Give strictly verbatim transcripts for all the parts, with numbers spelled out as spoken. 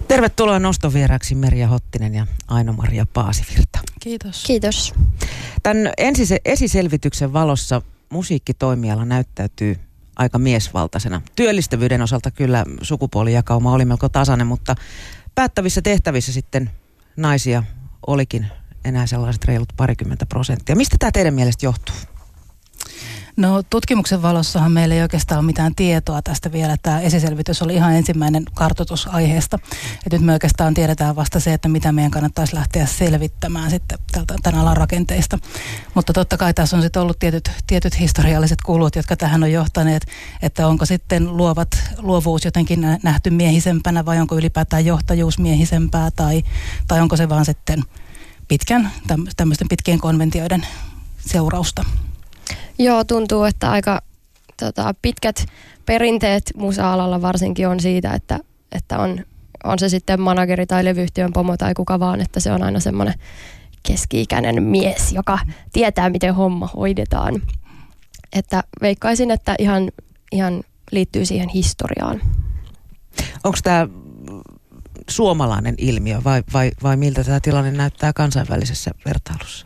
Tervetuloa nostovieraaksi Merja Hottinen ja Aino-Maria Paasivirta. Kiitos. Kiitos. Tämän ensise- esiselvityksen valossa musiikkitoimiala näyttäytyy aika miesvaltaisena. Työllistävyyden osalta kyllä sukupuolijakauma oli melko tasainen, mutta päättävissä tehtävissä sitten naisia olikin enää sellaiset reilut parikymmentä prosenttia. Mistä tämä teidän mielestä johtuu? No tutkimuksen valossahan meillä ei oikeastaan ole mitään tietoa tästä vielä. Tämä esiselvitys oli ihan ensimmäinen kartoitus aiheesta. Et nyt me oikeastaan tiedetään vasta se, että mitä meidän kannattaisi lähteä selvittämään sitten tältä, tämän alan rakenteista. Mutta totta kai tässä on sitten ollut tietyt, tietyt historialliset kulut, jotka tähän on johtaneet, että onko sitten luovat, luovuus jotenkin nähty miehisempänä vai onko ylipäätään johtajuus miehisempää tai, tai onko se vaan sitten pitkän, tämmöisten pitkien konventioiden seurausta. Joo, tuntuu, että aika tota, pitkät perinteet musa-alalla varsinkin on siitä, että, että on, on se sitten manageri tai levyyhtiön pomo tai kuka vaan, että se on aina semmoinen keski-ikäinen mies, joka tietää, miten homma hoidetaan. Että veikkaisin, että ihan, ihan liittyy siihen historiaan. Onko tämä suomalainen ilmiö vai, vai, vai miltä tämä tilanne näyttää kansainvälisessä vertailussa?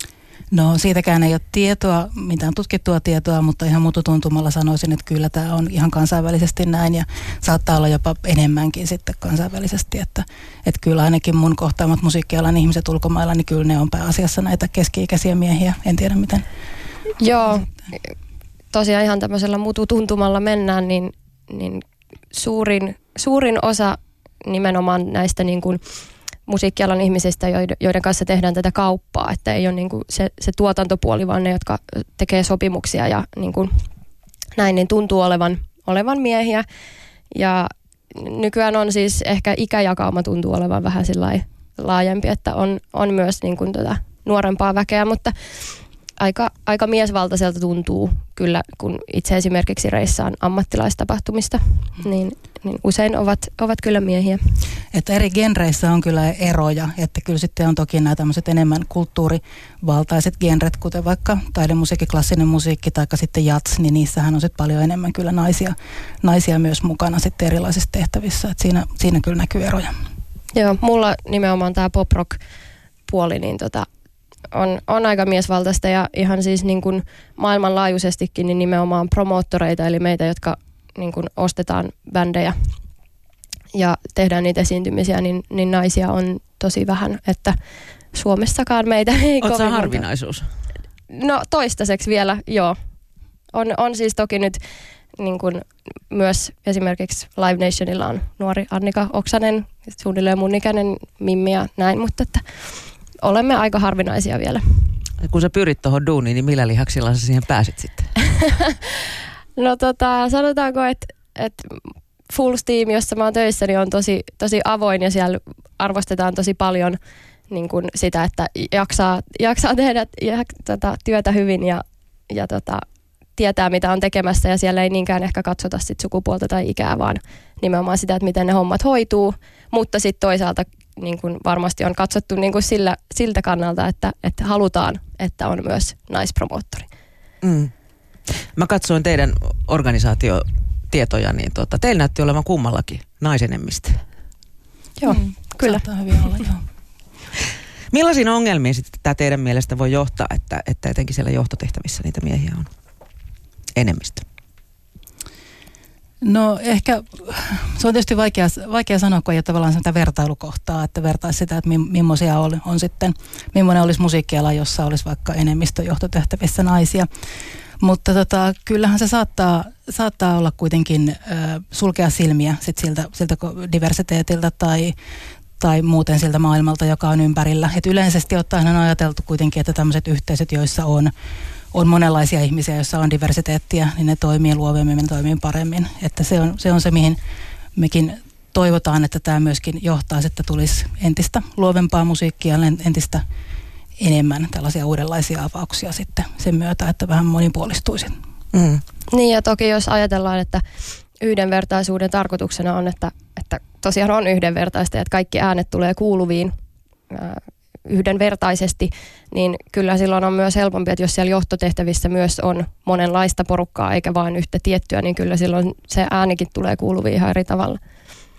No siitäkään ei ole tietoa, mitään tutkittua tietoa, mutta ihan mututuntumalla sanoisin, että kyllä tämä on ihan kansainvälisesti näin ja saattaa olla jopa enemmänkin sitten kansainvälisesti, että, että kyllä ainakin mun kohtaamat musiikkialan ihmiset ulkomailla, niin kyllä ne on pääasiassa näitä keski-ikäisiä miehiä, en tiedä miten. Joo, tosiaan ihan tämmöisellä mututuntumalla mennään, niin, niin suurin, suurin osa nimenomaan näistä niin kuin musiikkialan ihmisistä, joiden kanssa tehdään tätä kauppaa, että ei ole niin kuin se, se tuotantopuoli, vaan ne, jotka tekee sopimuksia ja niin kuin näin, niin tuntuu olevan, olevan miehiä. Ja nykyään on siis ehkä ikäjakauma tuntuu olevan vähän sillai laajempi, että on, on myös niin kuin tota nuorempaa väkeä, mutta aika, aika miesvaltaiselta tuntuu kyllä, kun itse esimerkiksi reissaan ammattilaistapahtumista, niin, niin usein ovat, ovat kyllä miehiä. Että eri genreissä on kyllä eroja, että kyllä sitten on toki nämä tämmöiset enemmän kulttuurivaltaiset genret, kuten vaikka taidemusiikki, klassinen musiikki tai sitten jats, niin niissähän on sitten paljon enemmän kyllä naisia, naisia myös mukana sitten erilaisissa tehtävissä, että siinä, siinä kyllä näkyy eroja. Joo, mulla nimenomaan tämä pop-rock-puoli, niin tota, On, on aika miesvaltaista ja ihan siis niin kuin maailmanlaajuisestikin niin nimenomaan promoottoreita, eli meitä, jotka niin kuin ostetaan bändejä ja tehdään niitä esiintymisiä, niin, niin naisia on tosi vähän, että Suomessakaan meitä ei kovin. Oletko sä harvinaisuus? No toistaiseksi vielä, joo. On, on siis toki nyt niin kuin myös esimerkiksi Live Nationilla on nuori Annika Oksanen, suunnilleen mun ikäinen Mimmi ja näin, mutta että olemme aika harvinaisia vielä. Kun sä pyrit tuohon duuniin, niin millä lihaksilla sä siihen pääsit sitten? No tota, sanotaanko, että, että Fools Team, jossa mä oon töissä, niin on tosi, tosi avoin ja siellä arvostetaan tosi paljon niin kuin sitä, että jaksaa, jaksaa tehdä jak, tota, työtä hyvin ja, ja tota, tietää, mitä on tekemässä ja siellä ei niinkään ehkä katsota sit sukupuolta tai ikää, vaan nimenomaan sitä, että miten ne hommat hoituu, mutta sitten toisaalta niin kuin varmasti on katsottu niin kuin sillä, siltä kannalta, että, että halutaan, että on myös naispromoottori. Mm. Mä katsoin teidän organisaatiotietoja, niin tuota, teillä näytti olevan kummallakin naisenemmistä. Joo, mm, kyllä. Saattaa hyvin olla, joo. Millaisiin ongelmiin sitten tämä teidän mielestä voi johtaa, että, että etenkin siellä johtotehtävissä niitä miehiä on enemmistö? No ehkä se on tietysti vaikea, vaikea sanoa, kun ei ole tavallaan sitä vertailukohtaa, että vertaisi sitä, että millaisia on, on sitten, millainen olisi musiikkiala, jossa olisi vaikka enemmistö johtotehtävissä naisia. Mutta tota, kyllähän se saattaa, saattaa olla kuitenkin äh, sulkea silmiä sit siltä, siltä diversiteetiltä tai, tai muuten siltä maailmalta, joka on ympärillä. Et yleisesti ottaen on ajateltu kuitenkin, että tämmöiset yhteisöt, joissa on on monenlaisia ihmisiä, joissa on diversiteettiä, niin ne toimii luovemmin, ne toimii paremmin. Että se on, se on se, mihin mekin toivotaan, että tämä myöskin johtaa, että tulisi entistä luovempaa musiikkia, entistä enemmän tällaisia uudenlaisia avauksia sitten sen myötä, että vähän monipuolistuisi. Mm. Niin ja toki jos ajatellaan, että yhdenvertaisuuden tarkoituksena on, että, että tosiaan on yhdenvertaista ja että kaikki äänet tulee kuuluviin ää, yhdenvertaisesti, niin kyllä silloin on myös helpompi, että jos siellä johtotehtävissä myös on monenlaista porukkaa eikä vain yhtä tiettyä, niin kyllä silloin se äänikin tulee kuuluviin ihan eri tavalla.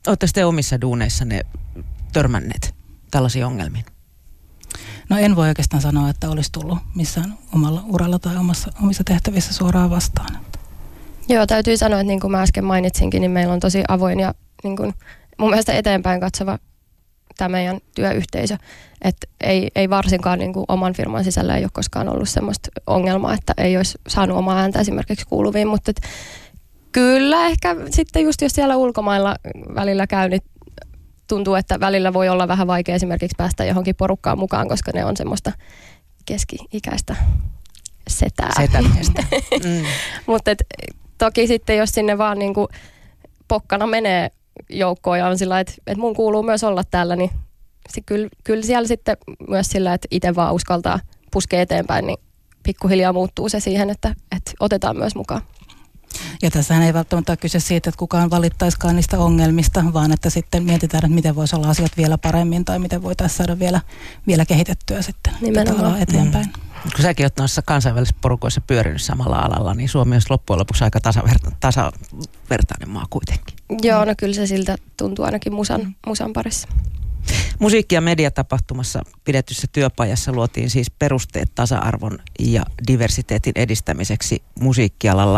Oletteko te omissa duuneissanne törmänneet tällaisiin ongelmiin? No en voi oikeastaan sanoa, että olisi tullut missään omalla uralla tai omassa, omissa tehtävissä suoraan vastaan. Joo, täytyy sanoa, että niin kuin mä äsken mainitsinkin, niin meillä on tosi avoin ja niin kuin mun mielestä eteenpäin katsova tämä meidän työyhteisö. Että ei, ei varsinkaan niin kuin oman firman sisällä ei ole koskaan ollut semmoista ongelmaa, että ei olisi saanut omaa ääntä esimerkiksi kuuluviin, mutta et, kyllä ehkä sitten just jos siellä ulkomailla välillä käy, niin tuntuu, että välillä voi olla vähän vaikea esimerkiksi päästä johonkin porukkaan mukaan, koska ne on semmoista keski-ikäistä setää. Setämiestä. Mm. Mutta toki sitten jos sinne vaan niinku pokkana menee joukkoon ja on sillä, että et mun kuuluu myös olla täällä, niin kyllä, kyllä siellä sitten myös sillä, että itse vaan uskaltaa puskea eteenpäin, niin pikkuhiljaa muuttuu se siihen, että, että otetaan myös mukaan. Ja tässähän ei välttämättä ole kyse siitä, että kukaan valittaisikaan niistä ongelmista, vaan että sitten mietitään, että miten voisi olla asiat vielä paremmin tai miten voitaisiin saada vielä, vielä kehitettyä sitten tätä alaa eteenpäin. Mm. Kun säkin olet noissa kansainvälisissä porukoissa pyörinyt samalla alalla, niin Suomi on loppujen lopuksi aika tasaverta, tasavertainen maa kuitenkin. Joo, no kyllä se siltä tuntuu ainakin musan, musan parissa. Musiikki- ja mediatapahtumassa pidetyssä työpajassa luotiin siis perusteet tasa-arvon ja diversiteetin edistämiseksi musiikkialalla.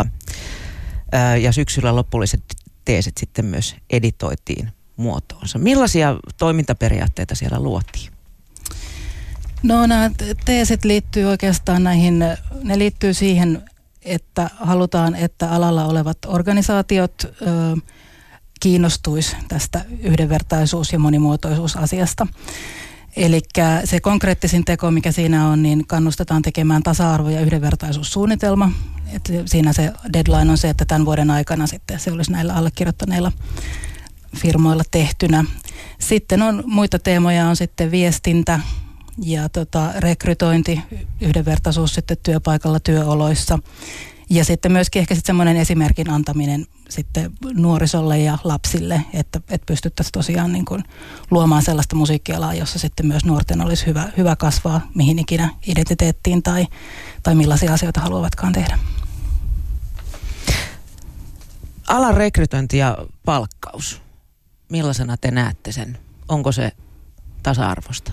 Ja syksyllä lopulliset teesit sitten myös editoitiin muotoonsa. Millaisia toimintaperiaatteita siellä luotiin? No nämä teesit liittyy oikeastaan näihin, ne liittyy siihen, että halutaan, että alalla olevat organisaatiot ö, kiinnostuisi tästä yhdenvertaisuus- ja monimuotoisuusasiasta. Eli se konkreettisin teko, mikä siinä on, niin kannustetaan tekemään tasa-arvo- ja yhdenvertaisuussuunnitelma. Et siinä se deadline on se, että tämän vuoden aikana sitten se olisi näillä allekirjoittaneilla firmoilla tehtynä. Sitten on muita teemoja, on sitten viestintä ja tota, rekrytointi, yhdenvertaisuus sitten työpaikalla, työoloissa. Ja sitten myöskin ehkä sitten semmoinen esimerkin antaminen sitten nuorisolle ja lapsille, että, että pystyttäisiin tosiaan niin kuin luomaan sellaista musiikkialaa, jossa sitten myös nuorten olisi hyvä, hyvä kasvaa mihin ikinä identiteettiin tai, tai millaisia asioita haluavatkaan tehdä. Alan rekrytointi ja palkkaus, millaisena te näette sen? Onko se tasa-arvosta?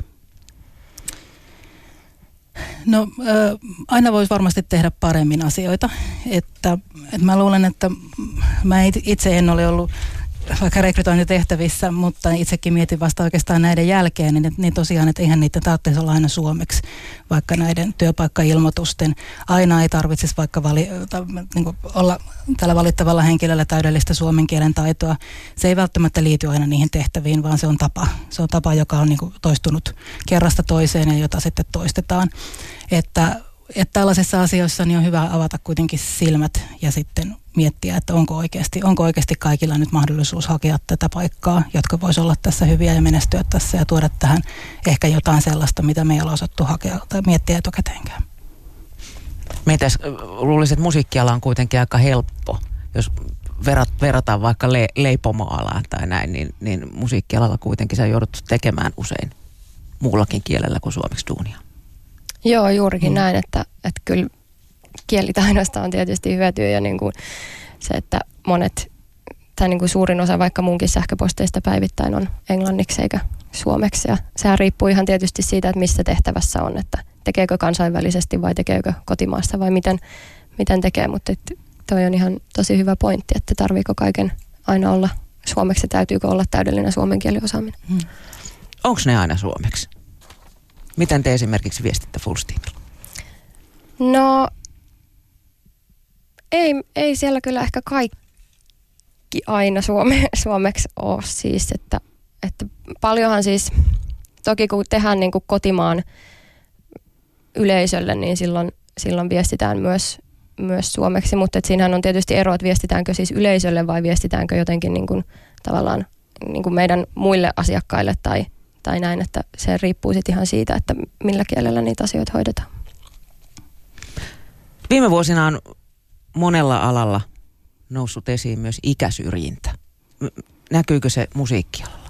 No aina voisi varmasti tehdä paremmin asioita, että, että mä luulen, että mä itse en ole ollut vaikka rekrytointitehtävissä, mutta itsekin mietin vasta oikeastaan näiden jälkeen, niin, niin tosiaan, että eihän niitä tarvitsisi olla aina suomeksi, vaikka näiden työpaikkailmoitusten aina ei tarvitsisi vaikka vali, tai, niin kuin olla tällä valittavalla henkilöllä täydellistä suomen kielen taitoa. Se ei välttämättä liity aina niihin tehtäviin, vaan se on tapa. Se on tapa, joka on niin kuin toistunut kerrasta toiseen ja jota sitten toistetaan. Että Että tällaisissa asioissa niin on hyvä avata kuitenkin silmät ja sitten miettiä, että onko oikeasti, onko oikeasti kaikilla nyt mahdollisuus hakea tätä paikkaa, jotka voisi olla tässä hyviä ja menestyä tässä ja tuoda tähän ehkä jotain sellaista, mitä me ei ole osattu hakea tai miettiä etukäteenkään. Mitäs, luulisin, että musiikkiala on kuitenkin aika helppo, jos verrat, verrataan vaikka le, leipomoalaan tai näin, niin, niin musiikkialalla kuitenkin sä joudut tekemään usein muullakin kielellä kuin suomeksi duunia. Joo, juurikin mm. näin, että, että kyllä kielitaidosta on tietysti hyötyä ja niin kuin se, että monet, tai niin kuin suurin osa vaikka munkin sähköposteista päivittäin on englanniksi eikä suomeksi. Ja sehän riippuu ihan tietysti siitä, että missä tehtävässä on, että tekeekö kansainvälisesti vai tekeekö kotimaassa vai miten, miten tekee. Mutta toi on ihan tosi hyvä pointti, että tarviiko kaiken aina olla suomeksi ja täytyykö olla täydellinen suomen kieliosaaminen. Mm. Onko ne aina suomeksi? Miten te esimerkiksi viestitte Fullsteamilla? No, ei, ei siellä kyllä ehkä kaikki aina suome, suomeksi ole siis, että, että paljonhan siis, toki kun tehdään niin kuin kotimaan yleisölle, niin silloin, silloin viestitään myös, myös suomeksi, mutta et siinähän on tietysti ero, että viestitäänkö siis yleisölle vai viestitäänkö jotenkin niin kuin, tavallaan niin kuin meidän muille asiakkaille tai tai näin, että se riippuu sitten ihan siitä, että millä kielellä niitä asioita hoidetaan. Viime vuosina on monella alalla noussut esiin myös ikäsyrjintä. Näkyykö se musiikkialalla?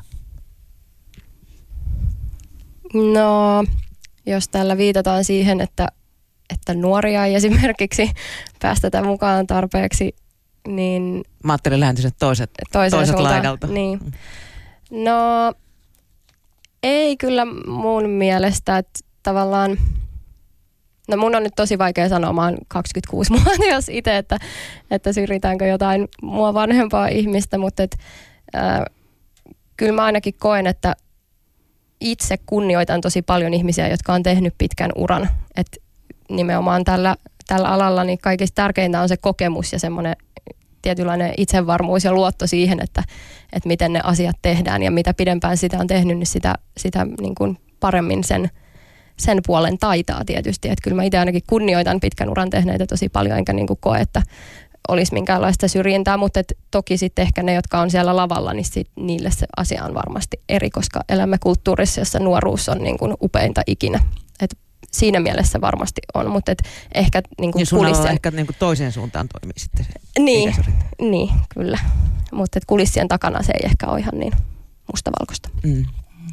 No, jos tällä viitataan siihen, että, että nuoria ei esimerkiksi päästetä mukaan tarpeeksi niin Mä ajattelin lähentynyt toiset, toiset suuntaan, laidalta. Niin. No ei kyllä mun mielestä, että tavallaan, no mun on nyt tosi vaikea sanoa, mä oon kaksikymmentäkuusi-vuotias itse, että, että syrjitäänkö jotain mua vanhempaa ihmistä, mutta et, äh, kyllä mä ainakin koen, että itse kunnioitan tosi paljon ihmisiä, jotka on tehnyt pitkän uran. Et nimenomaan tällä, tällä alalla niin kaikista tärkeintä on se kokemus ja semmoinen tietynlainen itsevarmuus ja luotto siihen, että, että miten ne asiat tehdään ja mitä pidempään sitä on tehnyt, niin sitä, sitä niin kuin paremmin sen, sen puolen taitaa tietysti. Että kyllä mä itse ainakin kunnioitan pitkän uran tehneitä tosi paljon, enkä niin kuin koe, että olisi minkäänlaista syrjintää, mutta et toki sitten ehkä ne, jotka on siellä lavalla, niin sit niille se asia on varmasti eri, koska elämme kulttuurissa, jossa nuoruus on niin kuin upeinta ikinä. Et siinä mielessä varmasti on, mutta et ehkä niin kuin niin kulissien... ehkä niin kuin toiseen suuntaan toimii sitten se. Niin, niin kyllä. Mutta kulissien takana se ei ehkä ole ihan niin mustavalkoista. Mm.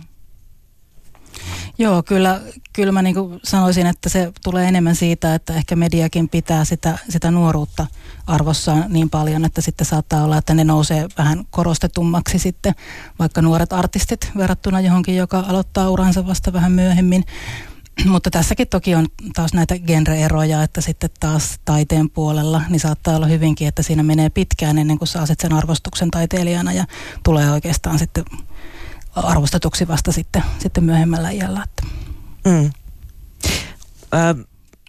Joo, kyllä, kyllä mä niin kuin sanoisin, että se tulee enemmän siitä, että ehkä mediakin pitää sitä, sitä nuoruutta arvossaan niin paljon, että sitten saattaa olla, että ne nousee vähän korostetummaksi sitten, vaikka nuoret artistit verrattuna johonkin, joka aloittaa uransa vasta vähän myöhemmin. Mutta tässäkin toki on taas näitä genre-eroja, että sitten taas taiteen puolella, niin saattaa olla hyvinkin, että siinä menee pitkään ennen kuin saa sen arvostuksen taiteilijana ja tulee oikeastaan sitten arvostetuksi vasta sitten, sitten myöhemmällä iällä. Mm. Ö,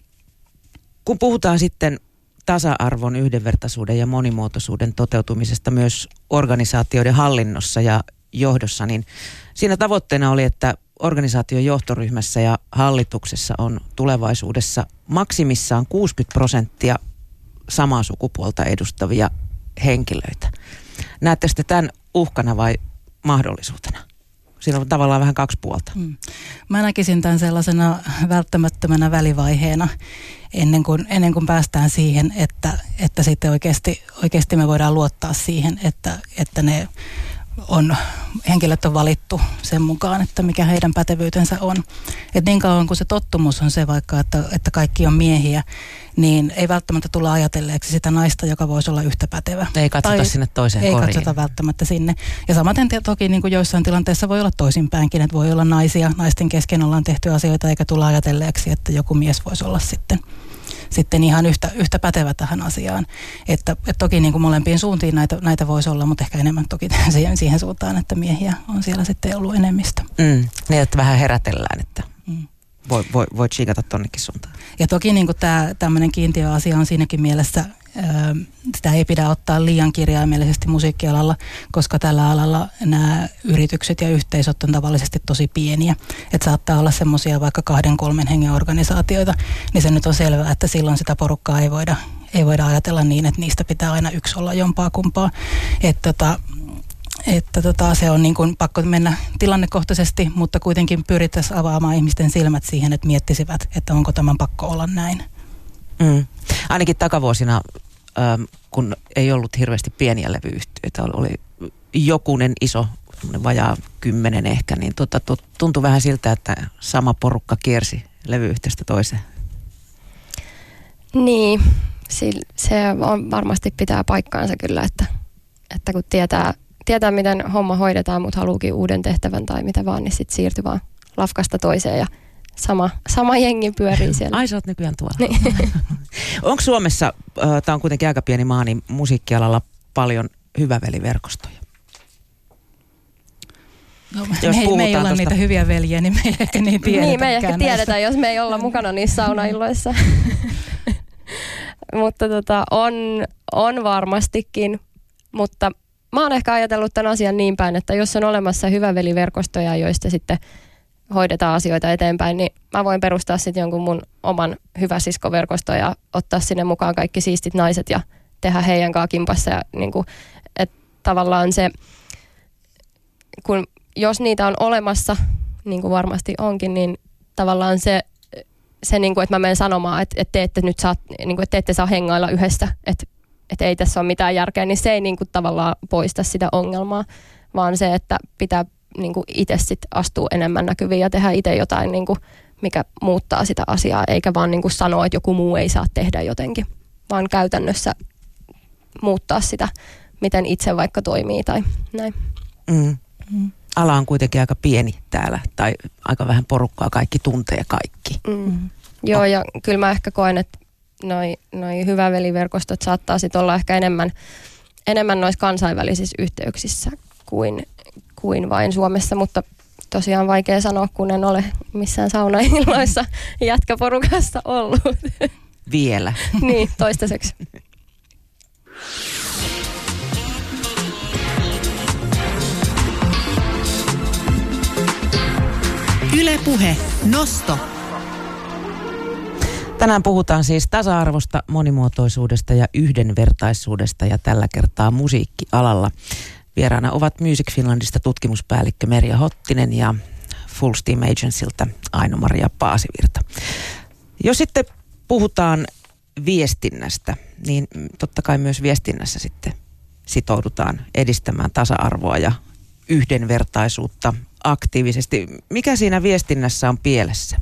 kun puhutaan sitten tasa-arvon, yhdenvertaisuuden ja monimuotoisuuden toteutumisesta myös organisaatioiden hallinnossa ja johdossa, niin siinä tavoitteena oli, että organisaation johtoryhmässä ja hallituksessa on tulevaisuudessa maksimissaan kuusikymmentä prosenttia samaa sukupuolta edustavia henkilöitä. Näettekö te tämän uhkana vai mahdollisuutena? Siinä on tavallaan vähän kaksi puolta. Mm. Mä näkisin tämän sellaisena välttämättömänä välivaiheena ennen kuin, ennen kuin päästään siihen, että, että sitten oikeasti, oikeasti me voidaan luottaa siihen, että, että ne on, henkilöt on valittu sen mukaan, että mikä heidän pätevyytensä on. Et niin kauan kuin se tottumus on se vaikka, että, että kaikki on miehiä, niin ei välttämättä tulla ajatelleeksi sitä naista, joka voisi olla yhtä pätevä. Ei katsota tai sinne toiseen ei koriin. Ei katsota välttämättä sinne. Ja samaten toki niin kuin joissain tilanteissa voi olla toisinpäinkin, että voi olla naisia, naisten kesken ollaan tehty asioita eikä tulla ajatelleeksi, että joku mies voisi olla sitten, sitten ihan yhtä, yhtä pätevä tähän asiaan. Että, että toki niin kuin molempiin suuntiin näitä, näitä voisi olla, mutta ehkä enemmän toki siihen, siihen suuntaan, että miehiä on siellä sitten ollut enemmistö. Mm, niin, että vähän herätellään, että mm. voi, voi, voi chiikata tonnekin suuntaan. Ja toki niin kuin tämä tämmöinen kiintiöasia on siinäkin mielessä, ää, sitä ei pidä ottaa liian kirjaimellisesti musiikkialalla, koska tällä alalla nämä yritykset ja yhteisöt on tavallisesti tosi pieniä. Että saattaa olla semmoisia vaikka kahden, kolmen hengen organisaatioita, niin se nyt on selvää, että silloin sitä porukkaa ei voida, ei voida ajatella niin, että niistä pitää aina yksi olla jompaa kumpaa. Että tota, Että tota, se on niin kuin pakko mennä tilannekohtaisesti, mutta kuitenkin pyrittäisiin avaamaan ihmisten silmät siihen, että miettisivät, että onko tämän pakko olla näin. Mm. Ainakin takavuosina, ähm, kun ei ollut hirveästi pieniä levyyhtiöitä, oli jokunen iso, vajaa kymmenen ehkä, niin tota, tuntui vähän siltä, että sama porukka kiersi levyyhtiöstä toiseen. Niin, se on, varmasti pitää paikkaansa kyllä, että, että kun tietää, tietää, miten homma hoidetaan, mutta haluukin uuden tehtävän tai mitä vaan, niin sitten siirtyy vaan lafkasta toiseen ja sama, sama jengi pyörii siellä. Ai, sä oot nykyään tuolla. Niin. Onko Suomessa, äh, tämä on kuitenkin aika pieni maa, niin musiikkialalla paljon hyväveliverkostoja? No, me, me ei olla tosta... niitä hyviä veljiä, niin me ei ehkä niin tiedetä. Niin, me ei ehkä tiedetä, jos me ei olla mukana niissä saunailloissa. Mutta tota, on, on varmastikin, mutta mä oon ehkä ajatellut tämän asian niin päin, että jos on olemassa hyväveliverkostoja, joista sitten hoidetaan asioita eteenpäin, niin mä voin perustaa sitten jonkun mun oman hyväsiskoverkoston ja ottaa sinne mukaan kaikki siistit naiset ja tehdä heidän kanssaan kimpassa. Ja niin kuin, että tavallaan se, kun jos niitä on olemassa, niin kuin varmasti onkin, niin tavallaan se, se niin kuin, että mä menen sanomaan, että, että te ette nyt saa, niin kuin, että te ette saa hengailla yhdessä, että, että ei tässä ole mitään järkeä, niin se ei niin kuin tavallaan poista sitä ongelmaa, vaan se, että pitää niin kuin itse sit astuu enemmän näkyviin ja tehdä itse jotain, niin kuin, mikä muuttaa sitä asiaa, eikä vaan niin kuin sanoa, että joku muu ei saa tehdä jotenkin, vaan käytännössä muuttaa sitä, miten itse vaikka toimii tai näin. Mm. Mm. Ala on kuitenkin aika pieni täällä, tai aika vähän porukkaa, kaikki tuntee kaikki. Mm. Joo, ja kyllä mä ehkä koen, että noi, noi hyvä veliverkostot saattaa sit olla ehkä enemmän, enemmän noissa kansainvälisissä yhteyksissä kuin, kuin vain Suomessa, mutta tosiaan vaikea sanoa, kun en ole missään saunailloissa jätkäporukassa ollut. Vielä. Niin, toistaiseksi. Yle Puhe. Nosto. Tänään puhutaan siis tasa-arvosta, monimuotoisuudesta ja yhdenvertaisuudesta ja tällä kertaa musiikkialalla. Vieraana ovat Music Finlandista tutkimuspäällikkö Merja Hottinen ja Full Steam Agencyltä Aino-Maria Paasivirta. Jos sitten puhutaan viestinnästä, niin totta kai myös viestinnässä sitten sitoudutaan edistämään tasa-arvoa ja yhdenvertaisuutta aktiivisesti. Mikä siinä viestinnässä on pielessä?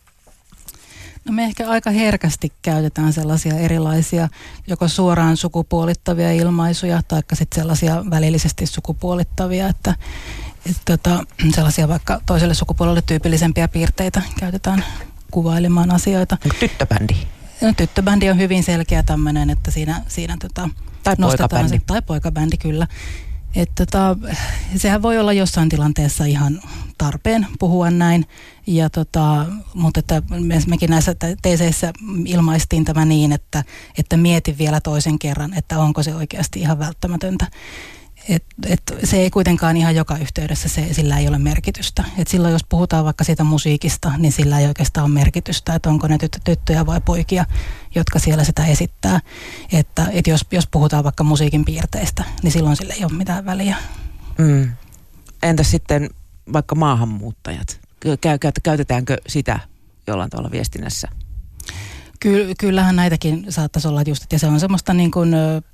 No me ehkä aika herkästi käytetään sellaisia erilaisia joko suoraan sukupuolittavia ilmaisuja tai sitten sellaisia välillisesti sukupuolittavia, että, että tota, sellaisia vaikka toiselle sukupuolelle tyypillisempiä piirteitä käytetään kuvailemaan asioita. Tyttöbändi. No, tyttöbändi on hyvin selkeä tämmöinen, että siinä, siinä tota, tai poikabändi. Se, tai poikabändi kyllä. Että tota, sehän voi olla jossain tilanteessa ihan tarpeen puhua näin, ja tota, mutta että me, mekin näissä teeseissä ilmaistiin tämä niin, että, että mieti vielä toisen kerran, että onko se oikeasti ihan välttämätöntä. Et, et se ei kuitenkaan ihan joka yhteydessä, se, sillä ei ole merkitystä. Et silloin jos puhutaan vaikka siitä musiikista, niin sillä ei oikeastaan ole merkitystä, että onko ne tyt- tyttöjä vai poikia, jotka siellä sitä esittää. Että et jos, jos puhutaan vaikka musiikin piirteistä, niin silloin sillä ei ole mitään väliä. Mm. Entäs sitten vaikka maahanmuuttajat? Käytetäänkö sitä jollain tavalla viestinnässä? Ky- kyllähän näitäkin saattaisi olla just, ja se on semmoista niin kuin...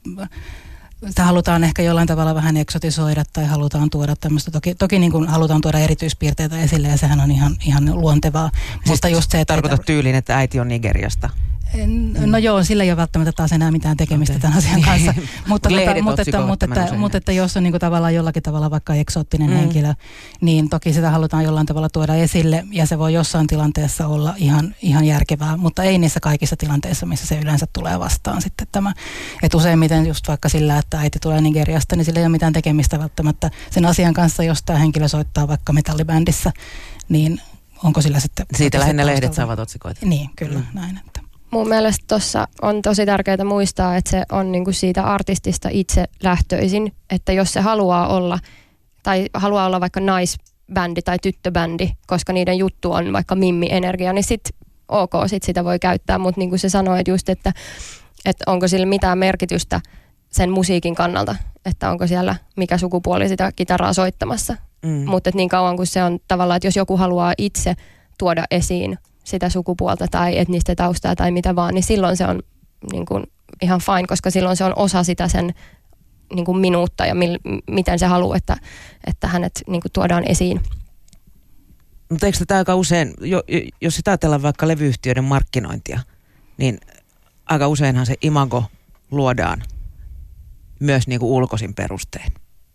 Sitä halutaan ehkä jollain tavalla vähän eksotisoida tai halutaan tuoda tämmöistä, toki, toki niin kuin halutaan tuoda erityispiirteitä esille ja sehän on ihan, ihan luontevaa. Siis mutta just se, että tarkoitat tyyliin, että äiti on Nigeriasta? No joo, sillä ei ole välttämättä taas enää mitään tekemistä tämän asian kanssa. mutta, tota, mutta, että, mutta, että, mutta että jos on niin kuin tavallaan jollakin tavalla vaikka eksoottinen mm. henkilö, niin toki sitä halutaan jollain tavalla tuoda esille ja se voi jossain tilanteessa olla ihan, ihan järkevää, mutta ei niissä kaikissa tilanteissa, missä se yleensä tulee vastaan sitten tämä. Että useimmiten just vaikka sillä, että äiti tulee Nigeriasta, niin sillä ei ole mitään tekemistä välttämättä sen asian kanssa, jos tämä henkilö soittaa vaikka metallibändissä, niin onko sillä sitten... Siitä lähinnä lehdet saavat otsikoita. Niin, kyllä, mm. näin. Että. Mun mielestä tuossa on tosi tärkeää muistaa, että se on niinku siitä artistista itse lähtöisin, että jos se haluaa olla, tai haluaa olla vaikka naisbändi tai tyttöbändi, koska niiden juttu on vaikka mimmi-energia, niin sit ok, sit sitä voi käyttää, mutta niin kuin se sanoi, että just, että, että onko sillä mitään merkitystä sen musiikin kannalta, että onko siellä mikä sukupuoli sitä kitaraa soittamassa, mm. mutta niin kauan kuin se on tavallaan, että jos joku haluaa itse tuoda esiin sitä sukupuolta tai etnistä taustaa tai mitä vaan, niin silloin se on niin kuin ihan fine, koska silloin se on osa sitä sen niin kuin minuutta ja mil, miten se haluaa, että, että hänet niin kuin tuodaan esiin. Mutta eikö tätä aika usein, jos sitä ajatellaan vaikka levyyhtiöiden markkinointia, niin aika useinhan se imago luodaan myös niin kuin ulkoisin perustein.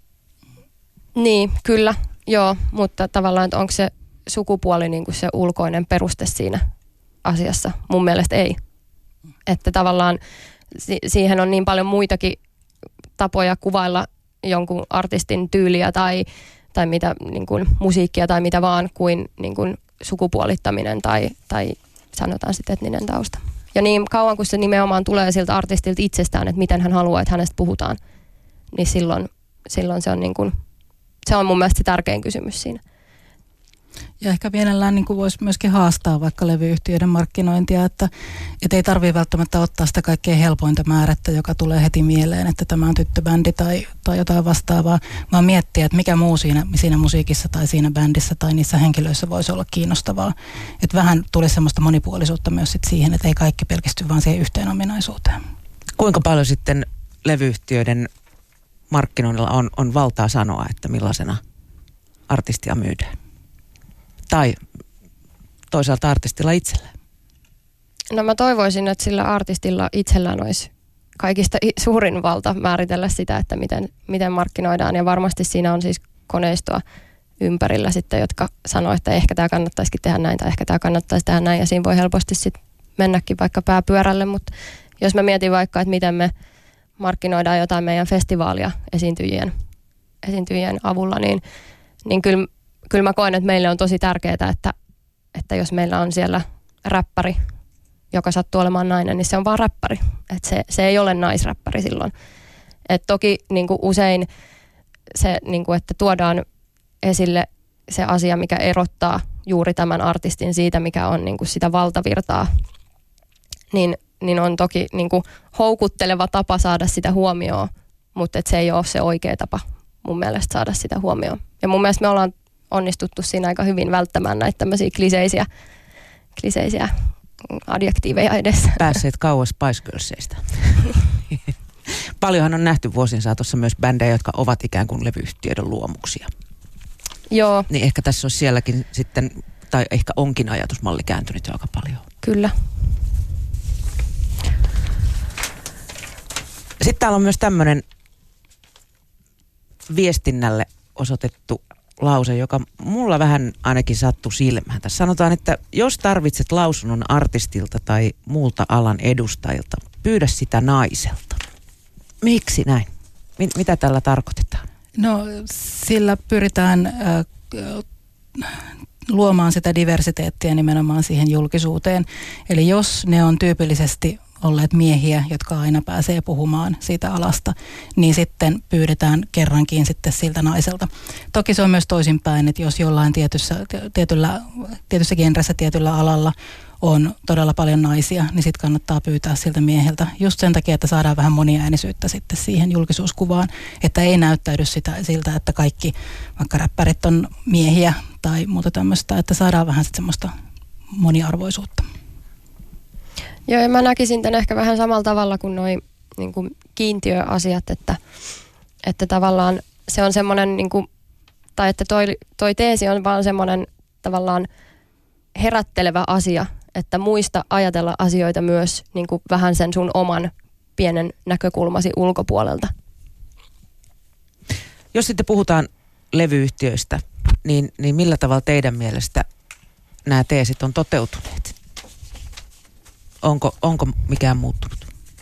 Niin, kyllä, joo, mutta tavallaan, että onko se sukupuoli niin kuin se ulkoinen peruste siinä asiassa? Mun mielestä ei. Että tavallaan si- siihen on niin paljon muitakin tapoja kuvailla jonkun artistin tyyliä tai, tai mitä, niin kuin musiikkia tai mitä vaan kuin, niin kuin sukupuolittaminen tai, tai sanotaan sitten etninen tausta. Ja niin kauan kun se nimenomaan tulee siltä artistilta itsestään, että miten hän haluaa, että hänestä puhutaan, niin silloin, silloin se on niin kuin, se on mun mielestä se tärkein kysymys siinä. Ja ehkä mielellään niin kuin voisi myöskin haastaa vaikka levyyhtiöiden markkinointia, että et ei tarvitse välttämättä ottaa sitä kaikkein helpointa määrättä, joka tulee heti mieleen, että tämä on tyttöbändi tai, tai jotain vastaavaa, vaan miettiä, että mikä muu siinä, siinä musiikissa tai siinä bändissä tai niissä henkilöissä voisi olla kiinnostavaa. Että vähän tulisi semmoista monipuolisuutta myös sit siihen, että ei kaikki pelkisty vaan siihen yhteen ominaisuuteen. Kuinka paljon sitten levyyhtiöiden markkinoinnilla on, on valtaa sanoa, että millaisena artistia myydään? Tai toisaalta artistilla itsellään? No mä toivoisin, että sillä artistilla itsellään olisi kaikista suurin valta määritellä sitä, että miten, miten markkinoidaan. Ja varmasti siinä on siis koneistoa ympärillä sitten, jotka sanoo, että ehkä tämä kannattaisikin tehdä näin tai ehkä tämä kannattaisi tehdä näin. Ja siinä voi helposti sitten mennäkin vaikka pääpyörälle, mutta jos mä mietin vaikka, että miten me markkinoidaan jotain meidän festivaalia esiintyjien, esiintyjien avulla, niin, niin kyllä, kyllä mä koen, että meille on tosi tärkeää, että, että jos meillä on siellä räppäri, joka sattuu olemaan nainen, niin se on vaan räppäri. Että se, se ei ole naisräppäri silloin. Et toki niin kuin usein se, niin kuin, että tuodaan esille se asia, mikä erottaa juuri tämän artistin siitä, mikä on niin kuin sitä valtavirtaa, niin, niin on toki niin kuin houkutteleva tapa saada sitä huomioon, mutta et se ei ole se oikea tapa mun mielestä saada sitä huomioon. Ja mun mielestä me ollaan onnistuttu siinä aika hyvin välttämään näitä tämmöisiä kliseisiä, kliseisiä adjektiiveja edessä. Päässeet kauas Spice Girlsista. Paljonhan on nähty vuosien saatossa myös bändejä, jotka ovat ikään kuin levyyhtiöiden luomuksia. Joo. Niin ehkä tässä on sielläkin sitten, tai ehkä onkin ajatusmalli kääntynyt jo aika paljon. Kyllä. Sitten täällä on myös tämmöinen viestinnälle osoitettu lause, joka mulla vähän ainakin sattui silmään. Tässä sanotaan, että jos tarvitset lausunnon artistilta tai muulta alan edustajilta, pyydä sitä naiselta. Miksi näin? Mitä tällä tarkoitetaan? No sillä pyritään äh, luomaan sitä diversiteettiä nimenomaan siihen julkisuuteen. Eli jos ne on tyypillisesti olleet miehiä, jotka aina pääsee puhumaan siitä alasta, niin sitten pyydetään kerrankin sitten siltä naiselta. Toki se on myös toisinpäin, että jos jollain tietyssä, tietyllä, tietyssä genressä, tietyllä alalla on todella paljon naisia, niin sitten kannattaa pyytää siltä mieheltä. Just sen takia, että saadaan vähän moniäänisyyttä sitten siihen julkisuuskuvaan, että ei näyttäydy sitä, siltä, että kaikki vaikka räppärit on miehiä tai muuta tämmöistä, että saadaan vähän sitten semmoista moniarvoisuutta. Joo, ja mä näkisin tämän ehkä vähän samalla tavalla kuin noi niin kuin kiintiöasiat, että, että tavallaan se on semmoinen, niin kuin, tai että toi, toi teesi on vaan semmoinen tavallaan herättelevä asia, että muista ajatella asioita myös niin kuin vähän sen sun oman pienen näkökulmasi ulkopuolelta. Jos sitten puhutaan levyyhtiöistä, niin, niin millä tavalla teidän mielestä nämä teesit on toteutuneet? Onko, onko mikään muuttunut?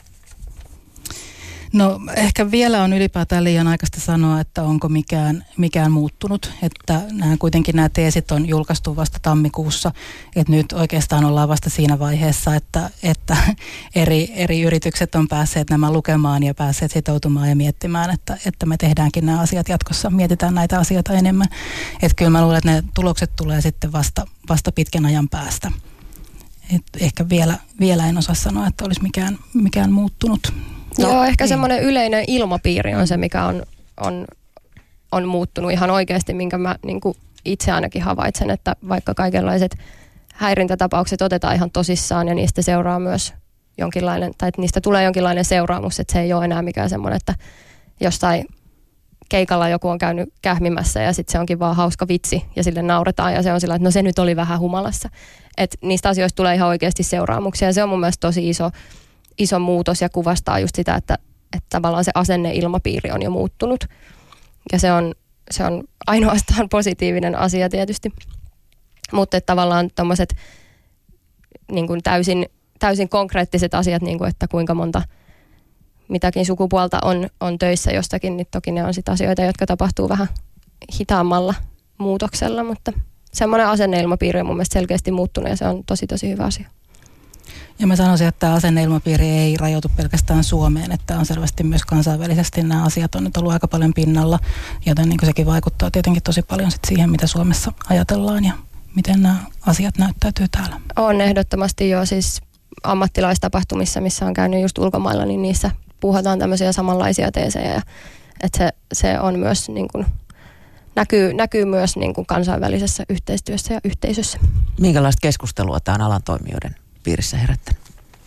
No ehkä vielä on ylipäätään liian aikaista sanoa, että onko mikään, mikään muuttunut. Että nämä, kuitenkin nämä teesit on julkaistu vasta tammikuussa. Että nyt oikeastaan ollaan vasta siinä vaiheessa, että, että eri, eri yritykset on päässeet nämä lukemaan ja päässeet sitoutumaan ja miettimään, että, että me tehdäänkin nämä asiat jatkossa. Mietitään näitä asioita enemmän. Että kyllä mä luulen, että ne tulokset tulee sitten vasta, vasta pitkän ajan päästä. Et ehkä vielä, vielä en osaa sanoa, että olisi mikään, mikään muuttunut. No, Joo, ehkä niin. Semmoinen yleinen ilmapiiri on se, mikä on, on, on muuttunut ihan oikeasti, minkä mä niin kuin itse ainakin havaitsen, että vaikka kaikenlaiset häirintätapaukset otetaan ihan tosissaan ja niistä seuraa myös jonkinlainen, tai että niistä tulee jonkinlainen seuraamus, että se ei ole enää mikään semmoinen, että jostain keikalla joku on käynyt kähmimässä ja sitten se onkin vaan hauska vitsi ja sille nauretaan ja se on sillä, että no se nyt oli vähän humalassa. Että niistä asioista tulee ihan oikeasti seuraamuksia ja se on mun mielestä tosi iso, iso muutos ja kuvastaa just sitä, että, että tavallaan se asenneilmapiiri on jo muuttunut ja se on, se on ainoastaan positiivinen asia tietysti. Mutta tavallaan tommoset niin kuin täysin, täysin konkreettiset asiat, niin kuin, että kuinka monta mitäkin sukupuolta on, on töissä jostakin, niin toki ne on sit asioita, jotka tapahtuu vähän hitaammalla muutoksella, mutta semmoinen asenneilmapiiri on mun mielestä selkeästi muuttunut ja se on tosi tosi hyvä asia. Ja mä sanoisin, että tämä asenneilmapiiri ei rajoitu pelkästään Suomeen, että on selvästi myös kansainvälisesti nämä asiat on nyt ollut aika paljon pinnalla, joten niin sekin vaikuttaa tietenkin tosi paljon sit siihen, mitä Suomessa ajatellaan ja miten nämä asiat näyttäytyy täällä. On ehdottomasti jo siis ammattilaistapahtumissa, missä on käynyt just ulkomailla, niin niissä puhutaan tämmöisiä samanlaisia teesejä ja että se, se on myös niin kuin, näkyy, näkyy myös niin kuin kansainvälisessä yhteistyössä ja yhteisössä. Minkälaista keskustelua tämä on alan toimijoiden piirissä herättänyt?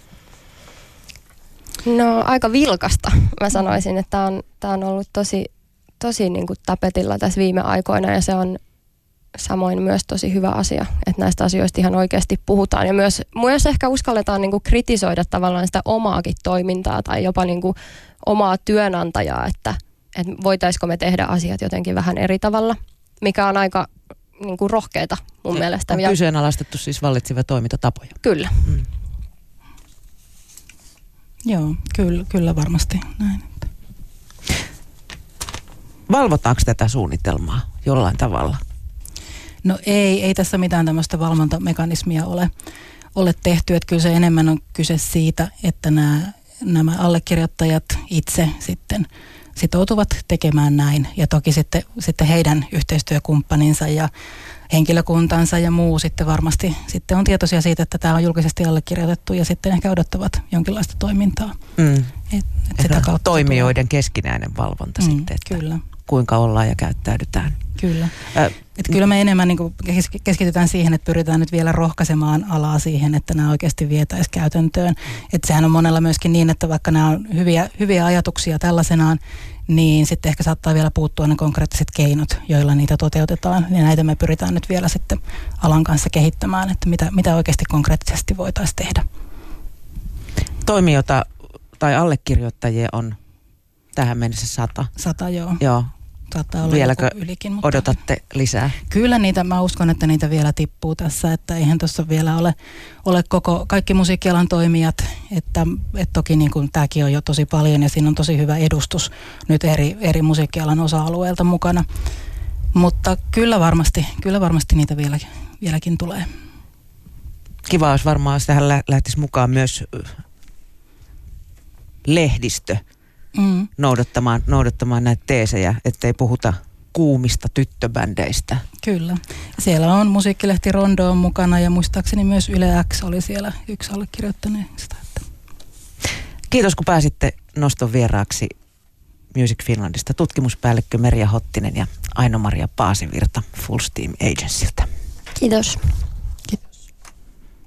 No aika vilkasta. Mä sanoisin, että tämä on, tämä on ollut tosi, tosi niin kuin tapetilla tässä viime aikoina ja se on, samoin myös tosi hyvä asia, että näistä asioista ihan oikeasti puhutaan. Ja myös, myös ehkä uskalletaan niin kuin kritisoida tavallaan sitä omaakin toimintaa tai jopa niin kuin omaa työnantajaa, että, että voitaisiko me tehdä asiat jotenkin vähän eri tavalla, mikä on aika niin kuin rohkeita mun ja mielestä. On kyseenalaistettu siis vallitsevia toimintatapoja. Kyllä. Mm. Joo, kyllä, kyllä varmasti näin. Valvotaanko tätä suunnitelmaa jollain tavalla? No ei, ei tässä mitään tämmöistä valvontamekanismia ole, ole tehty. Että kyllä se enemmän on kyse siitä, että nämä, nämä allekirjoittajat itse sitten sitoutuvat tekemään näin. Ja toki sitten, sitten heidän yhteistyökumppaninsa ja henkilökuntansa ja muu sitten varmasti sitten on tietoisia siitä, että tämä on julkisesti allekirjoitettu ja sitten ehkä odottavat jonkinlaista toimintaa. Mm. Et, et sitä kautta toimijoiden keskinäinen valvonta mm, sitten, että kyllä. kuinka ollaan ja käyttäydytään. Kyllä. Äh, että kyllä me enemmän niin kuin keskitytään siihen, että pyritään nyt vielä rohkaisemaan alaa siihen, että nämä oikeasti vietäisiin käytäntöön. Että sehän on monella myöskin niin, että vaikka nämä on hyviä, hyviä ajatuksia tällaisenaan, niin sitten ehkä saattaa vielä puuttua ne konkreettiset keinot, joilla niitä toteutetaan. Ja näitä me pyritään nyt vielä sitten alan kanssa kehittämään, että mitä, mitä oikeasti konkreettisesti voitaisiin tehdä. Toimijoita tai allekirjoittajia on tähän mennessä sata. Sata, joo. Joo. Saattaa olla vieläkö ylikin, mutta odotatte lisää? Kyllä niitä, mä uskon, että niitä vielä tippuu tässä, että eihän tuossa vielä ole, ole koko, kaikki musiikkialan toimijat, että, että toki niin kuin tämäkin on jo tosi paljon ja siinä on tosi hyvä edustus nyt eri, eri musiikkialan osa-alueilta mukana, mutta kyllä varmasti, kyllä varmasti niitä vielä, vieläkin tulee. Kiva olisi varmaan, jos tähän lähtisi mukaan myös lehdistö. Mm. Noudattamaan, noudattamaan näitä teesejä, ettei puhuta kuumista tyttöbändeistä. Kyllä. Siellä on musiikkilehti Rondo on mukana ja muistaakseni myös Yle X oli siellä yksi allekirjoittaneista. Kiitos kun pääsitte Noston vieraaksi Music Finlandista. Tutkimuspäällikkö Merja Hottinen ja Aino-Maria Paasivirta Full Steam Agencyltä. Kiitos.